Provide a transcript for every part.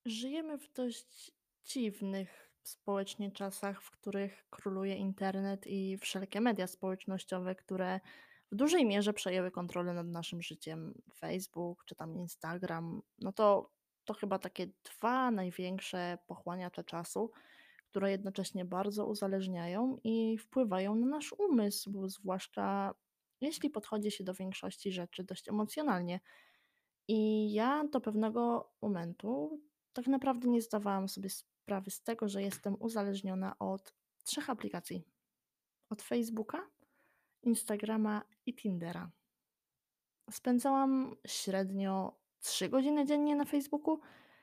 Żyjemy w dość dziwnych społecznie czasach, w których króluje internet i wszelkie media społecznościowe, które w dużej mierze przejęły kontrolę nad naszym życiem. Facebook czy tam Instagram, no to chyba takie dwa największe pochłaniacze czasu, które jednocześnie bardzo uzależniają i wpływają na nasz umysł, zwłaszcza jeśli podchodzi się do większości rzeczy dość emocjonalnie. I ja do pewnego momentu tak naprawdę nie zdawałam sobie sprawy z tego, że jestem uzależniona od 3 aplikacji: od Facebooka, Instagrama i Tindera. Spędzałam średnio 3 godziny dziennie na Facebooku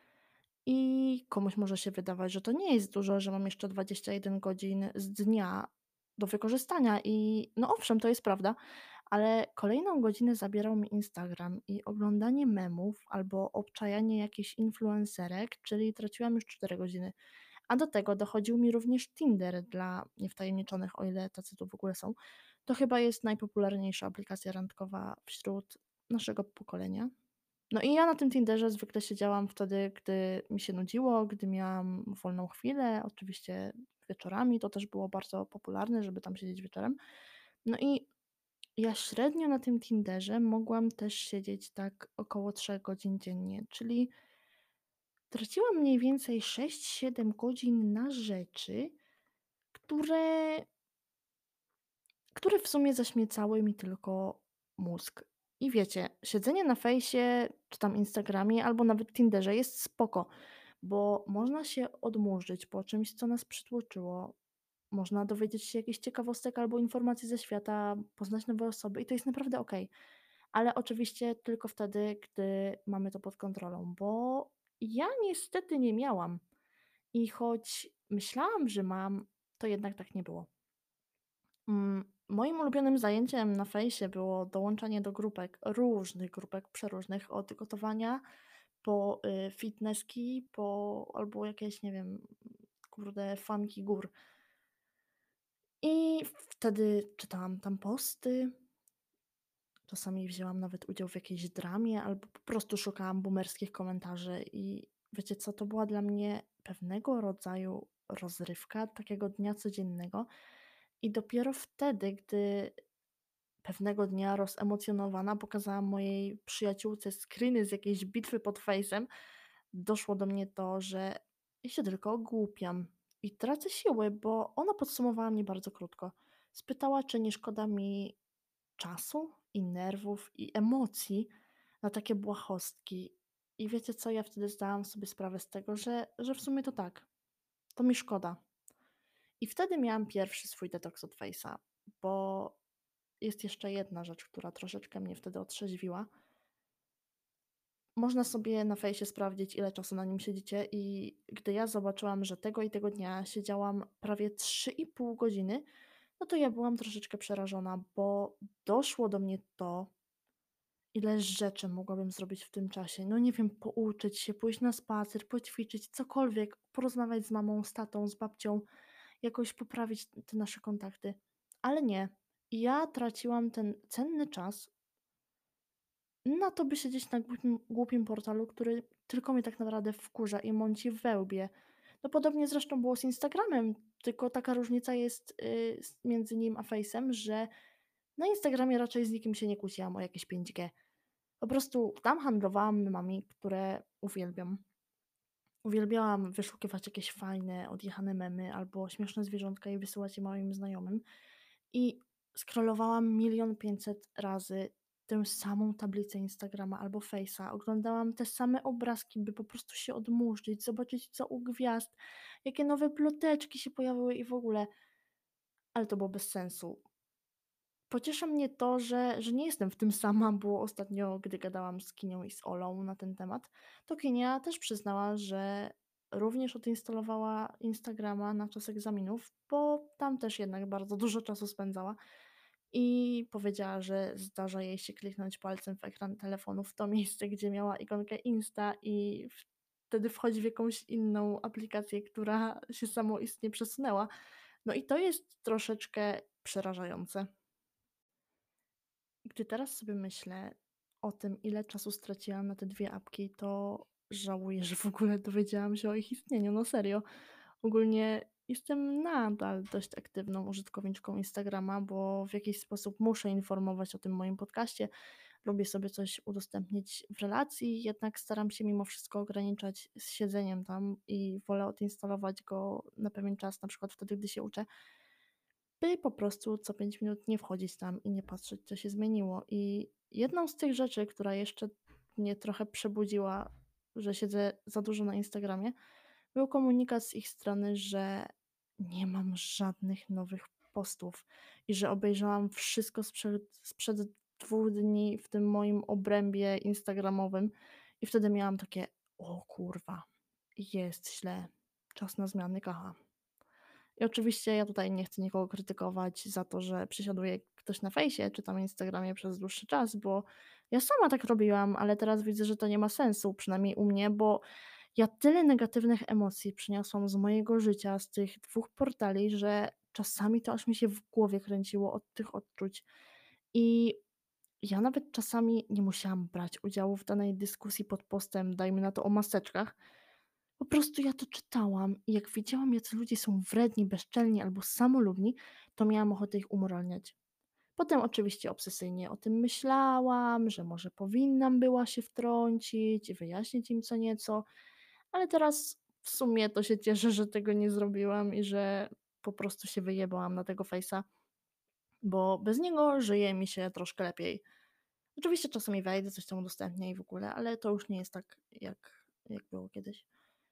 i komuś może się wydawać, że to nie jest dużo, że mam jeszcze 21 godzin z dnia do wykorzystania i no owszem, to jest prawda, ale kolejną godzinę zabierał mi Instagram i oglądanie memów albo obczajanie jakichś influencerek, czyli traciłam już 4 godziny. A do tego dochodził mi również Tinder dla niewtajemniczonych, o ile tacy tu w ogóle są. To chyba jest najpopularniejsza aplikacja randkowa wśród naszego pokolenia. No i ja na tym Tinderze zwykle siedziałam wtedy, gdy mi się nudziło, gdy miałam wolną chwilę, oczywiście wieczorami to też było bardzo popularne, żeby tam siedzieć wieczorem. No i ja średnio na tym Tinderze mogłam też siedzieć tak około 3 godzin dziennie, czyli traciłam mniej więcej 6-7 godzin na rzeczy, które które w sumie zaśmiecały mi tylko mózg. I wiecie, siedzenie na fejsie, czy tam Instagramie, albo nawet Tinderze jest spoko, bo można się odmurzyć po czymś, co nas przytłoczyło. Można dowiedzieć się jakichś ciekawostek albo informacji ze świata, poznać nowe osoby i to jest naprawdę okej. Ale oczywiście tylko wtedy, gdy mamy to pod kontrolą, bo ja niestety nie miałam. I choć myślałam, że mam, to jednak tak nie było. Moim ulubionym zajęciem na fejsie było dołączanie do grupek, różnych grupek, przeróżnych, od gotowania po, fitnesski, po albo jakieś, nie wiem, kurde, fanki gór. I wtedy czytałam tam posty, czasami wzięłam nawet udział w jakiejś dramie albo po prostu szukałam boomerskich komentarzy i wiecie co, to była dla mnie pewnego rodzaju rozrywka takiego dnia codziennego i dopiero wtedy, gdy pewnego dnia rozemocjonowana pokazałam mojej przyjaciółce screeny z jakiejś bitwy pod Face'em, doszło do mnie to, że ja się tylko ogłupiam i tracę siły, bo ona podsumowała mnie bardzo krótko. Spytała, czy nie szkoda mi czasu i nerwów i emocji na takie błahostki. I wiecie co, ja wtedy zdałam sobie sprawę z tego, że w sumie to tak, to mi szkoda. I wtedy miałam pierwszy swój detoks od Face'a, bo jest jeszcze jedna rzecz, która troszeczkę mnie wtedy otrzeźwiła. Można sobie na fejsie sprawdzić, ile czasu na nim siedzicie i gdy ja zobaczyłam, że tego i tego dnia siedziałam prawie 3,5 godziny, no to ja byłam troszeczkę przerażona, bo doszło do mnie to, ile rzeczy mogłabym zrobić w tym czasie. No nie wiem, pouczyć się, pójść na spacer, poćwiczyć, cokolwiek, porozmawiać z mamą, z tatą, z babcią, jakoś poprawić te nasze kontakty. Ale nie. Ja traciłam ten cenny czas na to, by siedzieć na głupim portalu, który tylko mnie tak naprawdę wkurza i mąci w wełbie. No podobnie zresztą było z Instagramem, tylko taka różnica jest, między nim a Face'em, że na Instagramie raczej z nikim się nie kłóciłam o jakieś 5G. Po prostu tam handlowałam memami, które uwielbiam. Uwielbiałam wyszukiwać jakieś fajne, odjechane memy albo śmieszne zwierzątka i wysyłać je moim znajomym. I scrollowałam 1 500 000 razy tę samą tablicę Instagrama albo Face'a. Oglądałam te same obrazki, by po prostu się odmurzyć, zobaczyć co u gwiazd, jakie nowe ploteczki się pojawiły i w ogóle. Ale to było bez sensu. Pociesza mnie to, że nie jestem w tym sama, bo ostatnio, gdy gadałam z Kinią i z Olą na ten temat, to Kinia też przyznała, że również odinstalowała Instagrama na czas egzaminów, bo tam też jednak bardzo dużo czasu spędzała i powiedziała, że zdarza jej się kliknąć palcem w ekran telefonu w to miejsce, gdzie miała ikonkę Insta i wtedy wchodzi w jakąś inną aplikację, która się samoistnie przesunęła. No i to jest troszeczkę przerażające. Gdy teraz sobie myślę o tym, ile czasu straciłam na te 2 apki, to żałuję, że w ogóle dowiedziałam się o ich istnieniu, no serio. Ogólnie jestem nadal dość aktywną użytkowniczką Instagrama, bo w jakiś sposób muszę informować o tym moim podcaście. Lubię sobie coś udostępnić w relacji, jednak staram się mimo wszystko ograniczać z siedzeniem tam i wolę odinstalować go na pewien czas, na przykład wtedy, gdy się uczę, by po prostu co 5 minut nie wchodzić tam i nie patrzeć, co się zmieniło. I jedną z tych rzeczy, która jeszcze mnie trochę przebudziła, że siedzę za dużo na Instagramie, był komunikat z ich strony, że nie mam żadnych nowych postów i że obejrzałam wszystko sprzed 2 dni w tym moim obrębie instagramowym. I wtedy miałam takie: o kurwa, jest źle, czas na zmiany, kacha. I oczywiście ja tutaj nie chcę nikogo krytykować za to, że przesiaduje ktoś na fejsie czy tam Instagramie przez dłuższy czas, bo ja sama tak robiłam, ale teraz widzę, że to nie ma sensu, przynajmniej u mnie, bo ja tyle negatywnych emocji przyniosłam z mojego życia, z tych 2 portali, że czasami to aż mi się w głowie kręciło od tych odczuć. I ja nawet czasami nie musiałam brać udziału w danej dyskusji pod postem, dajmy na to o maseczkach. Po prostu ja to czytałam i jak widziałam, jacy ludzie są wredni, bezczelni albo samolubni, to miałam ochotę ich umoralniać. Potem oczywiście obsesyjnie o tym myślałam, że może powinnam była się wtrącić i wyjaśnić im co nieco, ale teraz w sumie to się cieszę, że tego nie zrobiłam i że po prostu się wyjebałam na tego fejsa, bo bez niego żyje mi się troszkę lepiej. Oczywiście czasami wejdę, coś tam udostępnię i w ogóle, ale to już nie jest tak, jak było kiedyś.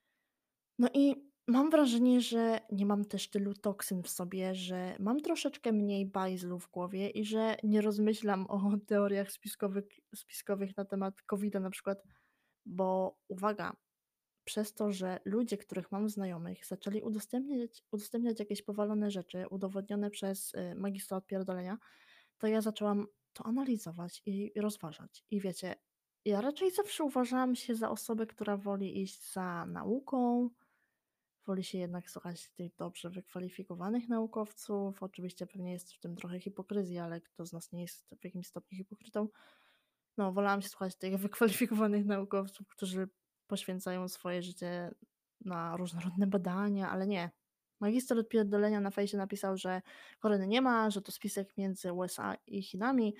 No i mam wrażenie, że nie mam też tylu toksyn w sobie, że mam troszeczkę mniej bajzlu w głowie i że nie rozmyślam o teoriach spiskowych na temat COVID-a na przykład, bo uwaga, przez to, że ludzie, których mam znajomych, zaczęli udostępniać jakieś powalone rzeczy udowodnione przez magistra odpierdolenia, to ja zaczęłam to analizować i rozważać. I wiecie, ja raczej zawsze uważałam się za osobę, która woli iść za nauką, woli się jednak słuchać tych dobrze wykwalifikowanych naukowców. Oczywiście pewnie jest w tym trochę hipokryzji, ale kto z nas nie jest w jakimś stopniu hipokrytą? No, wolałam się słuchać tych wykwalifikowanych naukowców, którzy poświęcają swoje życie na różnorodne badania, ale nie. Magister odpierdolenia na fejsie napisał, że korony nie ma, że to spisek między USA i Chinami,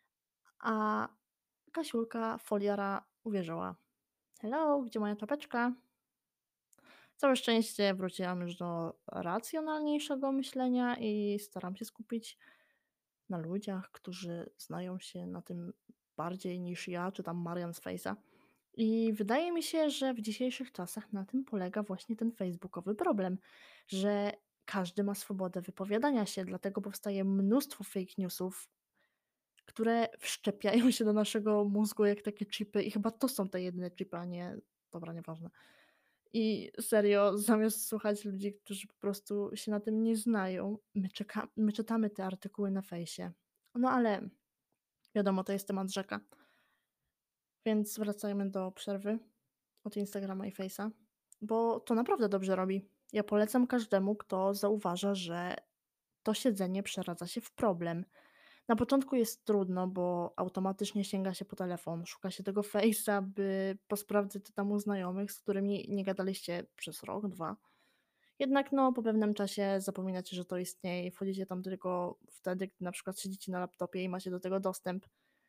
a Kasiulka, foliara, uwierzyła. Hello, gdzie moja czapeczka? Całe szczęście wróciłam już do racjonalniejszego myślenia i staram się skupić na ludziach, którzy znają się na tym bardziej niż ja, czy tam Marian z Face'a. I wydaje mi się, że w dzisiejszych czasach na tym polega właśnie ten facebookowy problem, że każdy ma swobodę wypowiadania się, dlatego powstaje mnóstwo fake newsów, które wszczepiają się do naszego mózgu jak takie chipy i chyba to są te jedyne chipy, a nie... Dobra, nieważne. I serio, zamiast słuchać ludzi, którzy po prostu się na tym nie znają, my czytamy te artykuły na fejsie. No ale wiadomo, to jest temat rzeka. Więc wracajmy do przerwy od Instagrama i Face'a, bo to naprawdę dobrze robi. Ja polecam każdemu, kto zauważa, że to siedzenie przeradza się w problem. Na początku jest trudno, bo automatycznie sięga się po telefon, szuka się tego Face'a, by posprawdzać to tam u znajomych, z którymi nie gadaliście przez rok, 2. Jednak no, po pewnym czasie zapominacie, że to istnieje i wchodzicie tam tylko wtedy, gdy na przykład siedzicie na laptopie i macie do tego dostęp.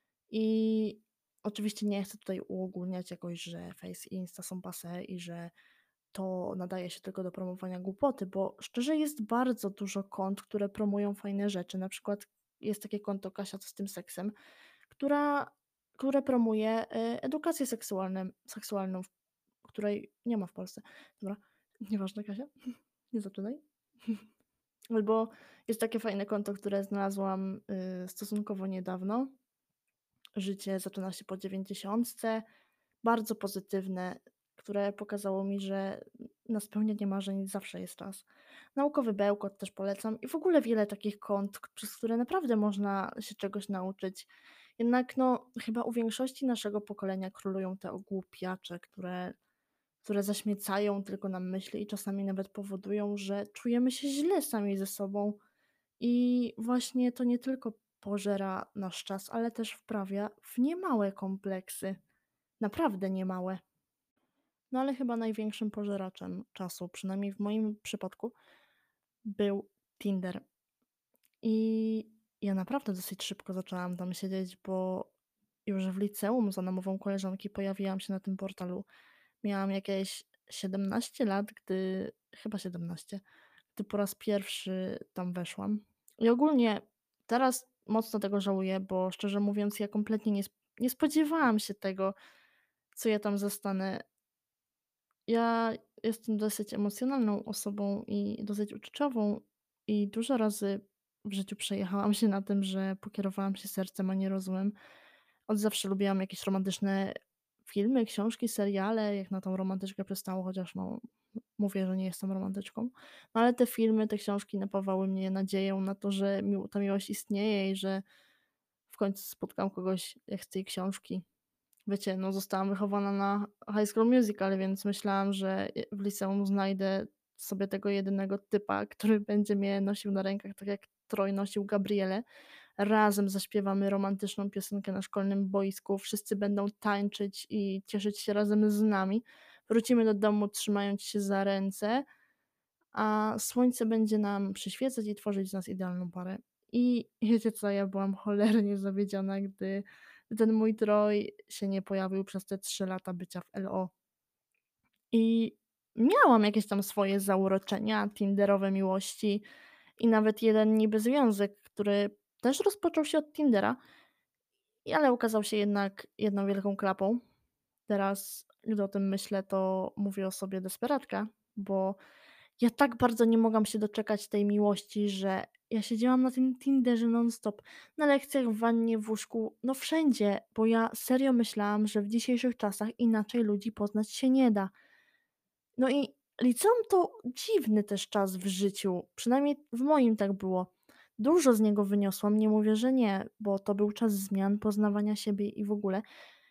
I oczywiście nie chcę tutaj uogólniać jakoś, że Face i Insta są passé i że to nadaje się tylko do promowania głupoty, bo szczerze jest bardzo dużo kont, które promują fajne rzeczy. Na przykład jest takie konto Kasia co z tym seksem, która, które promuje edukację seksualną, której nie ma w Polsce. Dobra, nieważne Kasia, nie zaczynaj. Albo jest takie fajne konto, które znalazłam stosunkowo niedawno. Życie zaczyna się po 90. Bardzo pozytywne, które pokazało mi, że na spełnienie marzeń zawsze jest czas. Naukowy bełkot też polecam i w ogóle wiele takich kont, przez które naprawdę można się czegoś nauczyć. Jednak no, chyba u większości naszego pokolenia królują te ogłupiacze, które zaśmiecają tylko nam myśli i czasami nawet powodują, że czujemy się źle sami ze sobą. I właśnie to nie tylko pożera nasz czas, ale też wprawia w niemałe kompleksy. Naprawdę niemałe. No ale chyba największym pożeraczem czasu, przynajmniej w moim przypadku, był Tinder. I ja naprawdę dosyć szybko zaczęłam tam siedzieć, bo już w liceum za namową koleżanki pojawiłam się na tym portalu. Miałam jakieś 17 lat, chyba 17, gdy po raz pierwszy tam weszłam. I ogólnie teraz mocno tego żałuję, bo szczerze mówiąc, ja kompletnie nie spodziewałam się tego, co ja tam zastanę. Ja jestem dosyć emocjonalną osobą i dosyć uczuciową i dużo razy w życiu przejechałam się na tym, że pokierowałam się sercem, a nie rozumem. Od zawsze lubiłam jakieś romantyczne filmy, książki, seriale, jak na tą romantyczkę przystało, chociaż no, mówię, że nie jestem romantyczką. No ale te filmy, te książki napawały mnie nadzieją na to, że ta miłość istnieje i że w końcu spotkam kogoś jak z tej książki. Wiecie, no zostałam wychowana na High School Musical, więc myślałam, że w liceum znajdę sobie tego jedynego typa, który będzie mnie nosił na rękach, tak jak Troy nosił Gabrielę. Razem zaśpiewamy romantyczną piosenkę na szkolnym boisku, wszyscy będą tańczyć i cieszyć się razem z nami. Wrócimy do domu trzymając się za ręce, a słońce będzie nam przyświecać i tworzyć z nas idealną parę. I wiecie co, ja byłam cholernie zawiedziona, gdy ten mój Troy się nie pojawił przez te 3 lata bycia w LO. I miałam jakieś tam swoje zauroczenia, tinderowe miłości i nawet jeden niby związek, który też rozpoczął się od Tindera, ale okazał się jednak jedną wielką klapą. Teraz, gdy o tym myślę, to mówię o sobie desperatka, bo ja tak bardzo nie mogłam się doczekać tej miłości, że ja siedziałam na tym Tinderze non-stop, na lekcjach, w wannie, w łóżku, no wszędzie, bo ja serio myślałam, że w dzisiejszych czasach inaczej ludzi poznać się nie da. No i liceum to dziwny też czas w życiu, przynajmniej w moim tak było. Dużo z niego wyniosłam, nie mówię, że nie, bo to był czas zmian, poznawania siebie i w ogóle.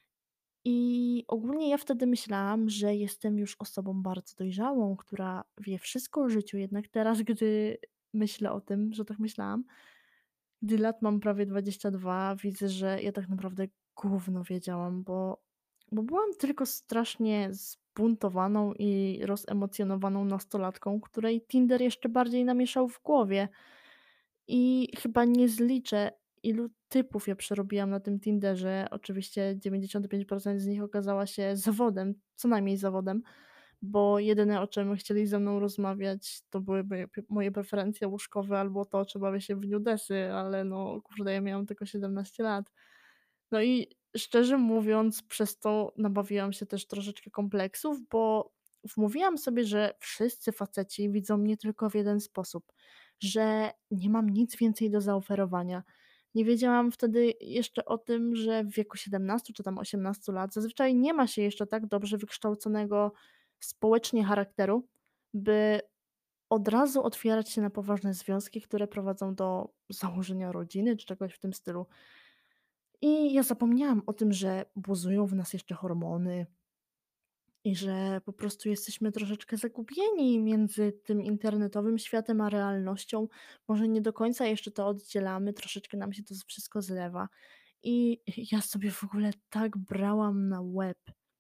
I ogólnie ja wtedy myślałam, że jestem już osobą bardzo dojrzałą, która wie wszystko o życiu, jednak teraz, gdy myślę o tym, że tak myślałam, gdy lat mam prawie 22, widzę, że ja tak naprawdę gówno wiedziałam, bo byłam tylko strasznie zbuntowaną i rozemocjonowaną nastolatką, której Tinder jeszcze bardziej namieszał w głowie. I chyba nie zliczę, ilu typów ja przerobiłam na tym Tinderze. Oczywiście 95% z nich okazała się zawodem, co najmniej zawodem, bo jedyne, o czym chcieli ze mną rozmawiać, to były moje preferencje łóżkowe albo to, czy bawię się w nudesy, ale no kurde, ja miałam tylko 17 lat. No i szczerze mówiąc, przez to nabawiłam się też troszeczkę kompleksów, bo wmówiłam sobie, że wszyscy faceci widzą mnie tylko w jeden sposób, że nie mam nic więcej do zaoferowania. Nie wiedziałam wtedy jeszcze o tym, że w wieku 17 czy tam 18 lat zazwyczaj nie ma się jeszcze tak dobrze wykształconego społecznie charakteru, by od razu otwierać się na poważne związki, które prowadzą do założenia rodziny czy czegoś w tym stylu. I ja zapomniałam o tym, że buzują w nas jeszcze hormony i że po prostu jesteśmy troszeczkę zagubieni między tym internetowym światem a realnością. Może nie do końca jeszcze to oddzielamy, troszeczkę nam się to wszystko zlewa. I ja sobie w ogóle tak brałam na łeb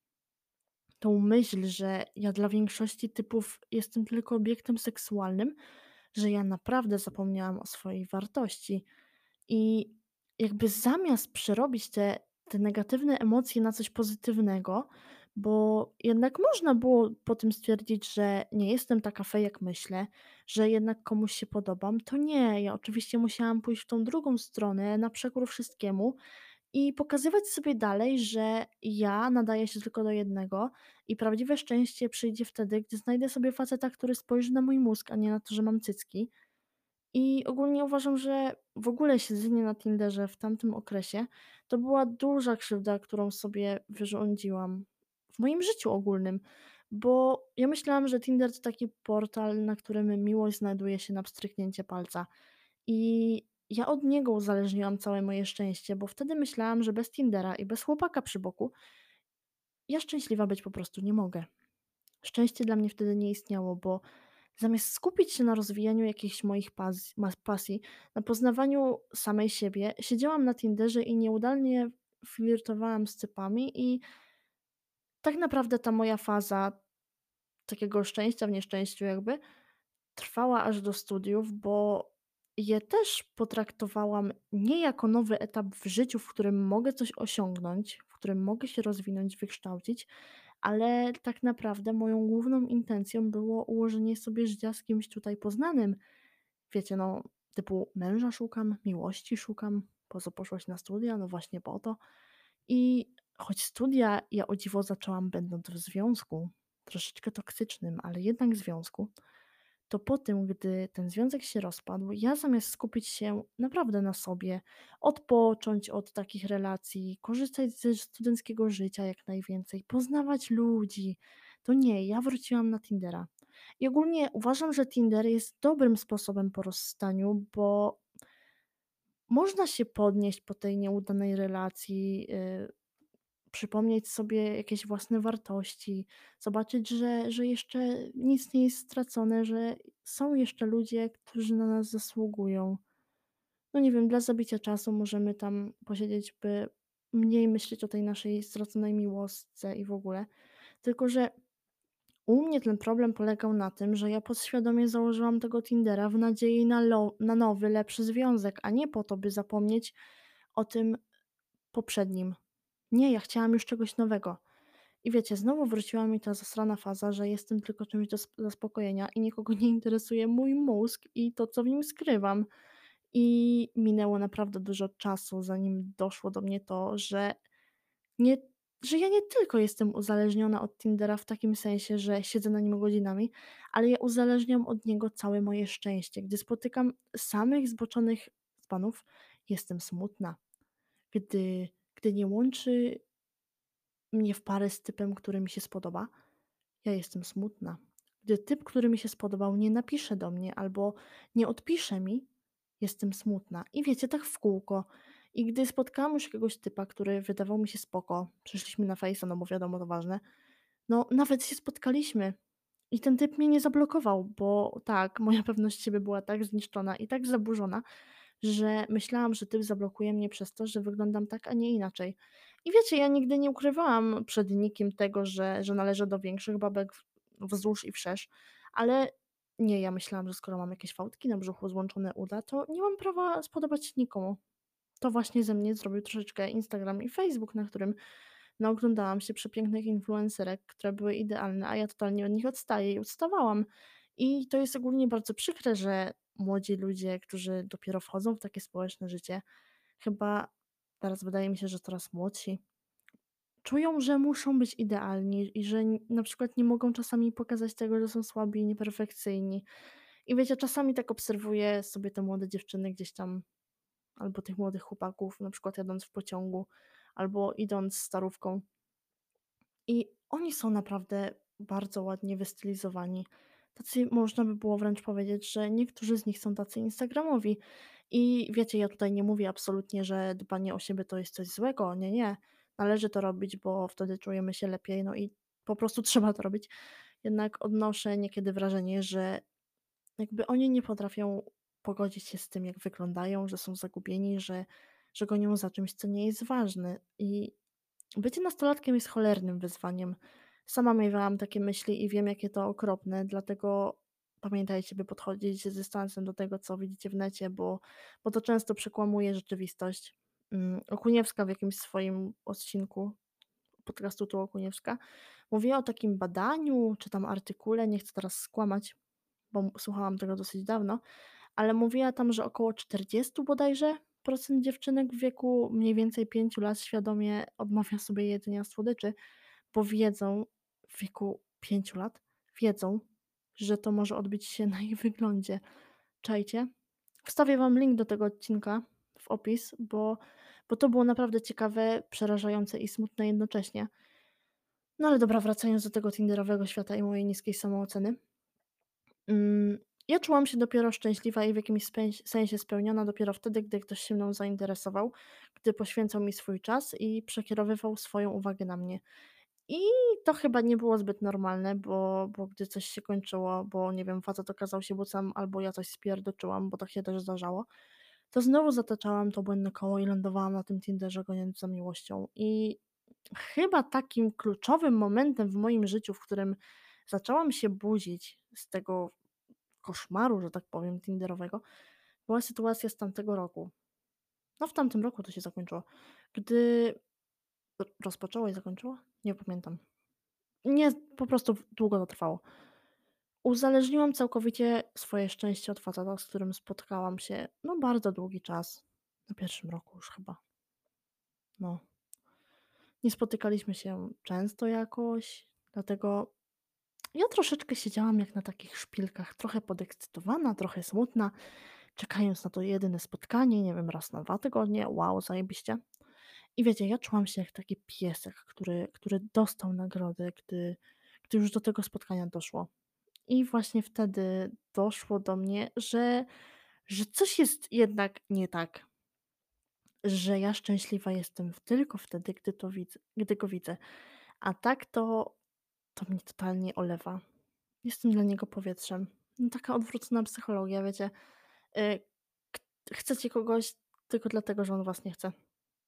tą myśl, że ja dla większości typów jestem tylko obiektem seksualnym, że ja naprawdę zapomniałam o swojej wartości. I jakby zamiast przerobić te negatywne emocje na coś pozytywnego, bo jednak można było po tym stwierdzić, że nie jestem taka fej, jak myślę, że jednak komuś się podobam, to nie. Ja oczywiście musiałam pójść w tą drugą stronę, na przekór wszystkiemu i pokazywać sobie dalej, że ja nadaję się tylko do jednego i prawdziwe szczęście przyjdzie wtedy, gdy znajdę sobie faceta, który spojrzy na mój mózg, a nie na to, że mam cycki. I ogólnie uważam, że w ogóle siedzenie na Tinderze w tamtym okresie to była duża krzywda, którą sobie wyrządziłam w moim życiu ogólnym, bo ja myślałam, że Tinder to taki portal, na którym miłość znajduje się na pstryknięcie palca. I ja od niego uzależniłam całe moje szczęście, bo wtedy myślałam, że bez Tindera i bez chłopaka przy boku ja szczęśliwa być po prostu nie mogę. Szczęście dla mnie wtedy nie istniało, bo zamiast skupić się na rozwijaniu jakichś moich pasji, na poznawaniu samej siebie, siedziałam na Tinderze i nieudolnie flirtowałam z typami i Tak naprawdę ta moja faza takiego szczęścia w nieszczęściu jakby trwała aż do studiów, bo je też potraktowałam nie jako nowy etap w życiu, w którym mogę coś osiągnąć, w którym mogę się rozwinąć, wykształcić, ale tak naprawdę moją główną intencją było ułożenie sobie życia z kimś tutaj poznanym. Wiecie, no, typu męża szukam, miłości szukam, po co poszłaś na studia? No właśnie po to. I choć studia ja o dziwo zaczęłam będąc w związku, troszeczkę toksycznym, ale jednak związku, to po tym, gdy ten związek się rozpadł, ja zamiast skupić się naprawdę na sobie, odpocząć od takich relacji, korzystać ze studenckiego życia jak najwięcej, poznawać ludzi, to nie, ja wróciłam na Tindera. I ogólnie uważam, że Tinder jest dobrym sposobem po rozstaniu, bo można się podnieść po tej nieudanej relacji, przypomnieć sobie jakieś własne wartości, zobaczyć, że jeszcze nic nie jest stracone, że są jeszcze ludzie, którzy na nas zasługują. No nie wiem, dla zabicia czasu możemy tam posiedzieć, by mniej myśleć o tej naszej straconej miłosce i w ogóle. Tylko, że u mnie ten problem polegał na tym, że ja podświadomie założyłam tego Tindera w nadziei na nowy, lepszy związek, a nie po to, by zapomnieć o tym poprzednim. Nie, ja chciałam już czegoś nowego. I wiecie, znowu wróciła mi ta zasrana faza, że jestem tylko czymś do zaspokojenia i nikogo nie interesuje mój mózg i to, co w nim skrywam. I minęło naprawdę dużo czasu, zanim doszło do mnie to, nie, że ja nie tylko jestem uzależniona od Tindera w takim sensie, że siedzę na nim godzinami, ale ja uzależniam od niego całe moje szczęście. Gdy spotykam samych zboczonych panów, jestem smutna. Gdy nie łączy mnie w parę z typem, który mi się spodoba, ja jestem smutna. Gdy typ, który mi się spodobał, nie napisze do mnie albo nie odpisze mi, jestem smutna. I wiecie, tak w kółko. I gdy spotkałam już jakiegoś typa, który wydawał mi się spoko, przyszliśmy na fejsa, no bo wiadomo, to ważne, no nawet się spotkaliśmy i ten typ mnie nie zablokował, bo tak, moja pewność siebie była tak zniszczona i tak zaburzona, że myślałam, że typ zablokuje mnie przez to, że wyglądam tak, a nie inaczej. I wiecie, ja nigdy nie ukrywałam przed nikim tego, że należę do większych babek wzdłuż i wszerz, ale nie, ja myślałam, że skoro mam jakieś fałdki na brzuchu, złączone uda, to nie mam prawa spodobać się nikomu. To właśnie ze mnie zrobił troszeczkę Instagram i Facebook, na którym naoglądałam się przepięknych influencerek, które były idealne, a ja totalnie od nich odstaję i odstawałam. I to jest ogólnie bardzo przykre, że młodzi ludzie, którzy dopiero wchodzą w takie społeczne życie, chyba teraz wydaje mi się, że coraz młodsi, czują, że muszą być idealni i że na przykład nie mogą czasami pokazać tego, że są słabi i nieperfekcyjni. I wiecie, czasami tak obserwuję sobie te młode dziewczyny gdzieś tam albo tych młodych chłopaków, na przykład jadąc w pociągu, albo idąc starówką. I oni są naprawdę bardzo ładnie wystylizowani. Tacy, można by było wręcz powiedzieć, że niektórzy z nich są tacy instagramowi. I wiecie, ja tutaj nie mówię absolutnie, że dbanie o siebie to jest coś złego. Nie, nie. Należy to robić, bo wtedy czujemy się lepiej, no i po prostu trzeba to robić. Jednak odnoszę niekiedy wrażenie, że jakby oni nie potrafią pogodzić się z tym, jak wyglądają, że są zagubieni, że gonią za czymś, co nie jest ważne. I bycie nastolatkiem jest cholernym wyzwaniem. Sama miewałam takie myśli i wiem, jakie to okropne, dlatego pamiętajcie, by podchodzić z dystansem do tego, co widzicie w necie, bo to często przekłamuje rzeczywistość. Okuniewska w jakimś swoim odcinku podcastu tu Okuniewska mówiła o takim badaniu, czy tam artykule, nie chcę teraz skłamać, bo słuchałam tego dosyć dawno, ale mówiła tam, że około 40 bodajże procent dziewczynek w wieku mniej więcej 5 lat świadomie odmawia sobie jedzenia słodyczy, bo wiedzą w wieku 5 lat, wiedzą, że to może odbić się na ich wyglądzie. Czajcie? Wstawię wam link do tego odcinka w opis, bo to było naprawdę ciekawe, przerażające i smutne jednocześnie. No ale dobra, wracając do tego tinderowego świata i mojej niskiej samooceny. Ja czułam się dopiero szczęśliwa i w jakimś sensie spełniona dopiero wtedy, gdy ktoś się mną zainteresował, gdy poświęcał mi swój czas i przekierowywał swoją uwagę na mnie. I to chyba nie było zbyt normalne, bo gdy coś się kończyło, bo nie wiem, facet okazał się bucem albo ja coś spierdoczyłam, bo tak się też zdarzało, to znowu zataczałam to błędne koło i lądowałam na tym Tinderze goniąc za miłością. I chyba takim kluczowym momentem w moim życiu, w którym zaczęłam się budzić z tego koszmaru, że tak powiem, tinderowego, była sytuacja z tamtego roku. No, w tamtym roku to się zakończyło. Gdy rozpoczęło i zakończyło? Nie pamiętam. Nie, po prostu długo to trwało. Uzależniłam całkowicie swoje szczęście od faceta, z którym spotkałam się, no, bardzo długi czas. Na pierwszym roku już chyba. No. Nie spotykaliśmy się często jakoś, dlatego ja troszeczkę siedziałam jak na takich szpilkach, trochę podekscytowana, trochę smutna, czekając na to jedyne spotkanie, nie wiem, raz na 2 tygodnie. Wow, zajebiście. I wiecie, ja czułam się jak taki piesek, który dostał nagrodę, gdy już do tego spotkania doszło. I właśnie wtedy doszło do mnie, że coś jest jednak nie tak, że ja szczęśliwa jestem tylko wtedy, gdy go widzę, a tak to mnie totalnie olewa. Jestem dla niego powietrzem. No, taka odwrócona psychologia, wiecie. Y, k Chcecie kogoś tylko dlatego, że on was nie chce.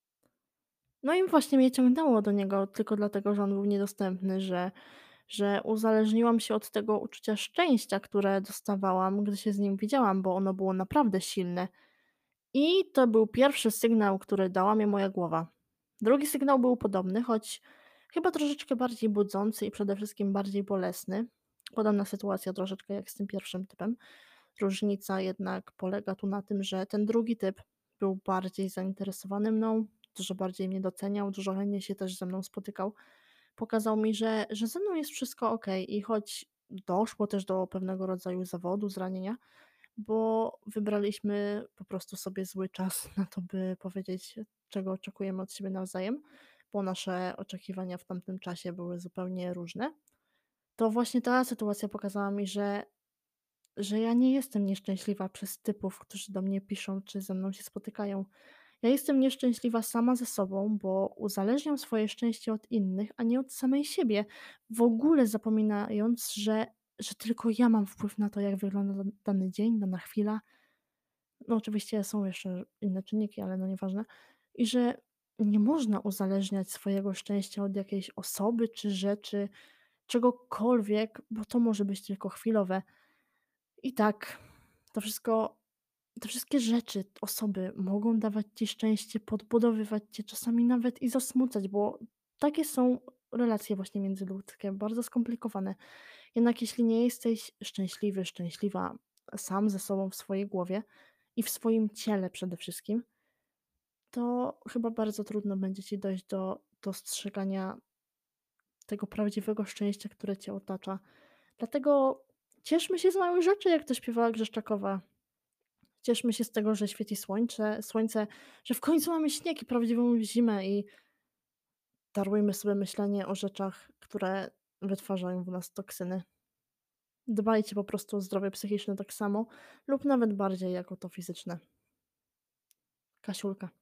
No i właśnie mnie ciągnęło do niego tylko dlatego, że on był niedostępny, że uzależniłam się od tego uczucia szczęścia, które dostawałam, gdy się z nim widziałam, bo ono było naprawdę silne. I to był pierwszy sygnał, który dała mi moja głowa. Drugi sygnał był podobny, choć chyba troszeczkę bardziej budzący i przede wszystkim bardziej bolesny. Podobna sytuacja troszeczkę jak z tym pierwszym typem. Różnica jednak polega tu na tym, że ten drugi typ był bardziej zainteresowany mną, dużo bardziej mnie doceniał, dużo chętniej się też ze mną spotykał. Pokazał mi, że ze mną jest wszystko ok, i choć doszło też do pewnego rodzaju zawodu, zranienia, bo wybraliśmy po prostu sobie zły czas na to, by powiedzieć, czego oczekujemy od siebie nawzajem, bo nasze oczekiwania w tamtym czasie były zupełnie różne. To właśnie ta sytuacja pokazała mi, że ja nie jestem nieszczęśliwa przez typów, którzy do mnie piszą czy ze mną się spotykają. Ja jestem nieszczęśliwa sama ze sobą, bo uzależniam swoje szczęście od innych, a nie od samej siebie. W ogóle zapominając, że tylko ja mam wpływ na to, jak wygląda dany dzień, dana chwila. No, oczywiście są jeszcze inne czynniki, ale no nieważne. I że nie można uzależniać swojego szczęścia od jakiejś osoby czy rzeczy, czegokolwiek, bo to może być tylko chwilowe. I tak, to wszystko, te wszystkie rzeczy, osoby mogą dawać ci szczęście, podbudowywać cię, czasami nawet i zasmucać, bo takie są relacje właśnie międzyludzkie, bardzo skomplikowane. Jednak jeśli nie jesteś szczęśliwy, szczęśliwa sam ze sobą w swojej głowie i w swoim ciele przede wszystkim, to chyba bardzo trudno będzie ci dojść do dostrzegania tego prawdziwego szczęścia, które cię otacza. Dlatego cieszmy się z małych rzeczy, jak to śpiewała Grzeszczakowa. Cieszmy się z tego, że świeci słońce, że w końcu mamy śnieg i prawdziwą zimę, i darujmy sobie myślenie o rzeczach, które wytwarzają w nas toksyny. Dbajcie po prostu o zdrowie psychiczne tak samo lub nawet bardziej jako to fizyczne. Kasiulka.